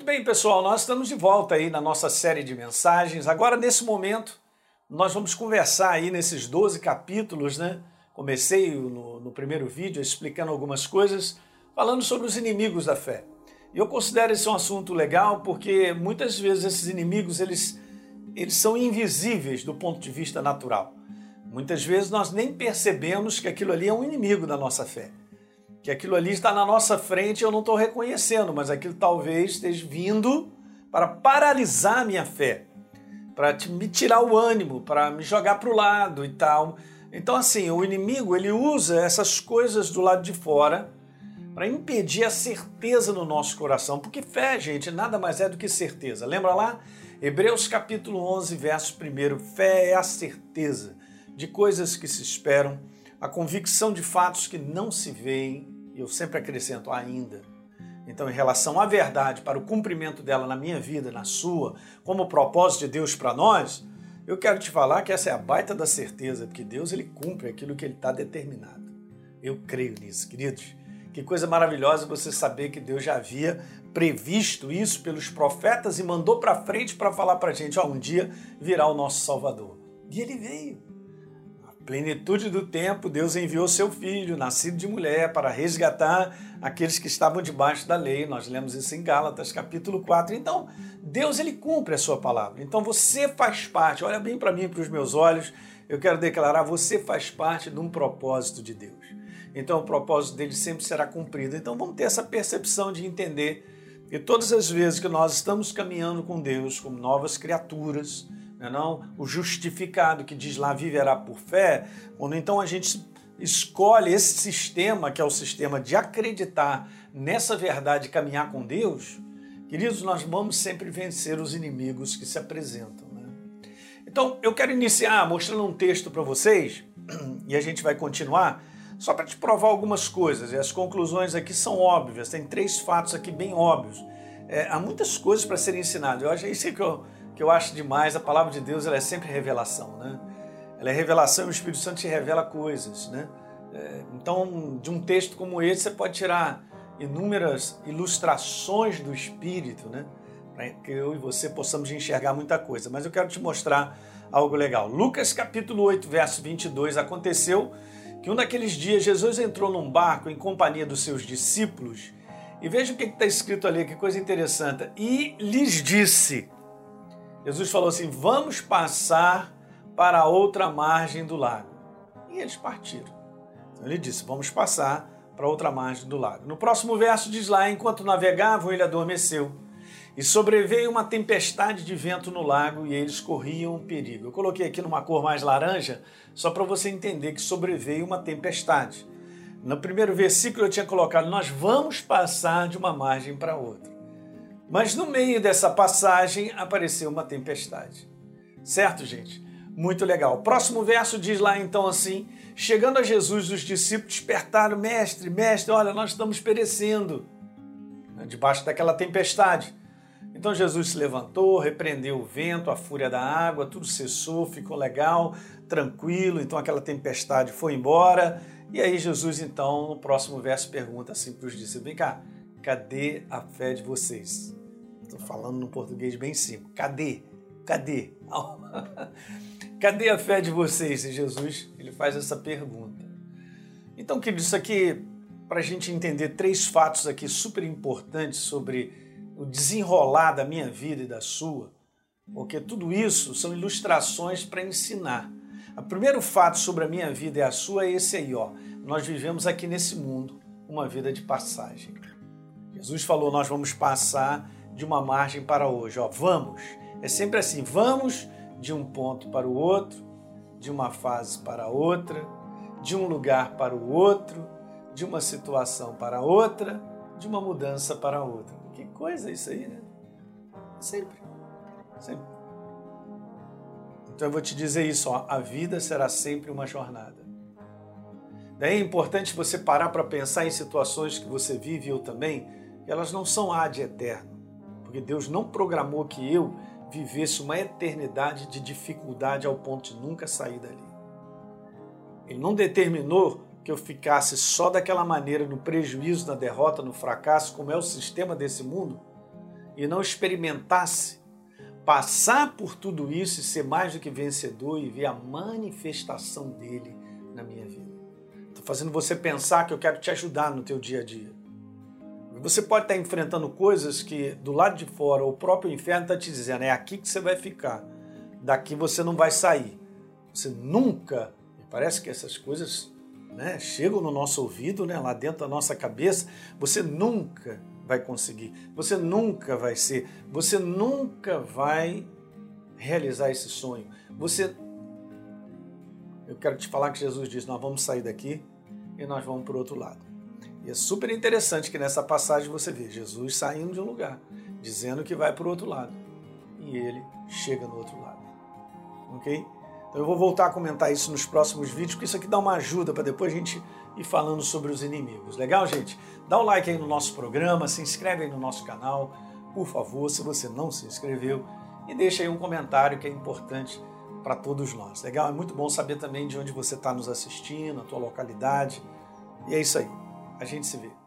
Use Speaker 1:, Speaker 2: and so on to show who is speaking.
Speaker 1: Muito bem, pessoal, nós estamos de volta aí na nossa série de mensagens. Agora, nesse momento, nós vamos conversar aí nesses 12 capítulos, né? Comecei no primeiro vídeo explicando algumas coisas, falando sobre os inimigos da fé. E eu considero esse um assunto legal porque muitas vezes esses inimigos, eles são invisíveis do ponto de vista natural. Muitas vezes nós nem percebemos que aquilo ali é um inimigo da nossa fé. Que aquilo ali está na nossa frente e eu não estou reconhecendo, mas aquilo talvez esteja vindo para paralisar a minha fé, para me tirar o ânimo, para me jogar para o lado e tal. Então, assim, o inimigo, ele usa essas coisas do lado de fora para impedir a certeza no nosso coração, porque fé, gente, nada mais é do que certeza. Lembra lá? Hebreus capítulo 11, verso 1, fé é a certeza de coisas que se esperam, a convicção de fatos que não se veem, e eu sempre acrescento ainda. Então, em relação à verdade, para o cumprimento dela na minha vida, na sua, como propósito de Deus para nós, eu quero te falar que essa é a baita da certeza, porque Deus ele cumpre aquilo que ele está determinado. Eu creio nisso, queridos. Que coisa maravilhosa você saber que Deus já havia previsto isso pelos profetas e mandou para frente para falar para a gente, um dia virá o nosso Salvador. E ele veio. Plenitude do tempo, Deus enviou seu Filho, nascido de mulher, para resgatar aqueles que estavam debaixo da lei. Nós lemos isso em Gálatas, capítulo 4. Então, Deus ele cumpre a sua palavra. Então, você faz parte, olha bem para mim, para os meus olhos, eu quero declarar, você faz parte de um propósito de Deus. Então, o propósito dele sempre será cumprido. Então, vamos ter essa percepção de entender que todas as vezes que nós estamos caminhando com Deus, como novas criaturas, não, o justificado que diz lá viverá por fé, quando então a gente escolhe esse sistema, que é o sistema de acreditar nessa verdade e caminhar com Deus, queridos, nós vamos sempre vencer os inimigos que se apresentam. Né? Então, eu quero iniciar mostrando um texto para vocês, e a gente vai continuar, só para te provar algumas coisas, e as conclusões aqui são óbvias, tem 3 fatos aqui bem óbvios. Há muitas coisas para serem ensinadas, eu acho isso que eu acho demais, a palavra de Deus ela é sempre revelação, né? Ela é revelação e o Espírito Santo te revela coisas, né? Então, de um texto como esse, você pode tirar inúmeras ilustrações do Espírito, né? Para que eu e você possamos enxergar muita coisa. Mas eu quero te mostrar algo legal. Lucas capítulo 8, verso 22, aconteceu que um daqueles dias Jesus entrou num barco em companhia dos seus discípulos e veja o que está escrito ali, que coisa interessante. E lhes disse... Jesus falou assim, vamos passar para a outra margem do lago. E eles partiram. Então ele disse, vamos passar para a outra margem do lago. No próximo verso diz lá, enquanto navegavam, ele adormeceu. E sobreveio uma tempestade de vento no lago e eles corriam perigo. Eu coloquei aqui numa cor mais laranja, só para você entender que sobreveio uma tempestade. No primeiro versículo eu tinha colocado, nós vamos passar de uma margem para outra. Mas no meio dessa passagem apareceu uma tempestade. Certo, gente? Muito legal. O próximo verso diz lá então assim, chegando a Jesus, os discípulos despertaram, mestre, olha, nós estamos perecendo, debaixo daquela tempestade. Então Jesus se levantou, repreendeu o vento, a fúria da água, tudo cessou, ficou legal, tranquilo, então aquela tempestade foi embora. E aí Jesus então, no próximo verso, pergunta assim para os discípulos, vem cá, cadê a fé de vocês? Estou falando no português bem simples. Cadê? Cadê a fé de vocês? E Jesus ele faz essa pergunta. Então, querido, isso aqui, para a gente entender 3 fatos aqui super importantes sobre o desenrolar da minha vida e da sua, porque tudo isso são ilustrações para ensinar. O primeiro fato sobre a minha vida e a sua é esse aí, ó. Nós vivemos aqui nesse mundo uma vida de passagem. Jesus falou, nós vamos passar de uma margem para hoje, ó, vamos, é sempre assim, vamos de um ponto para o outro, de uma fase para outra, de um lugar para o outro, de uma situação para outra, de uma mudança para outra. Que coisa isso aí, né? Sempre. Então eu vou te dizer isso, ó, a vida será sempre uma jornada. Daí é importante você parar para pensar em situações que você vive e eu também, que elas não são ad eterno. Porque Deus não programou que eu vivesse uma eternidade de dificuldade ao ponto de nunca sair dali. Ele não determinou que eu ficasse só daquela maneira, no prejuízo, na derrota, no fracasso, como é o sistema desse mundo, e não experimentasse passar por tudo isso e ser mais do que vencedor e ver a manifestação dele na minha vida. Estou fazendo você pensar que eu quero te ajudar no teu dia a dia. Você pode estar enfrentando coisas que do lado de fora o próprio inferno está te dizendo, é aqui que você vai ficar, daqui você não vai sair. Você nunca, parece que essas coisas, né, chegam no nosso ouvido, né, lá dentro da nossa cabeça, você nunca vai conseguir, você nunca vai ser, você nunca vai realizar esse sonho. Eu quero te falar que Jesus diz, nós vamos sair daqui e nós vamos para o outro lado. E é super interessante que nessa passagem você vê Jesus saindo de um lugar, dizendo que vai para o outro lado. E ele chega no outro lado. Ok? Então eu vou voltar a comentar isso nos próximos vídeos, porque isso aqui dá uma ajuda para depois a gente ir falando sobre os inimigos. Legal, gente? Dá um like aí no nosso programa, se inscreve aí no nosso canal, por favor, se você não se inscreveu, e deixa aí um comentário que é importante para todos nós. Legal? É muito bom saber também de onde você está nos assistindo, a tua localidade. E é isso aí. A gente se vê.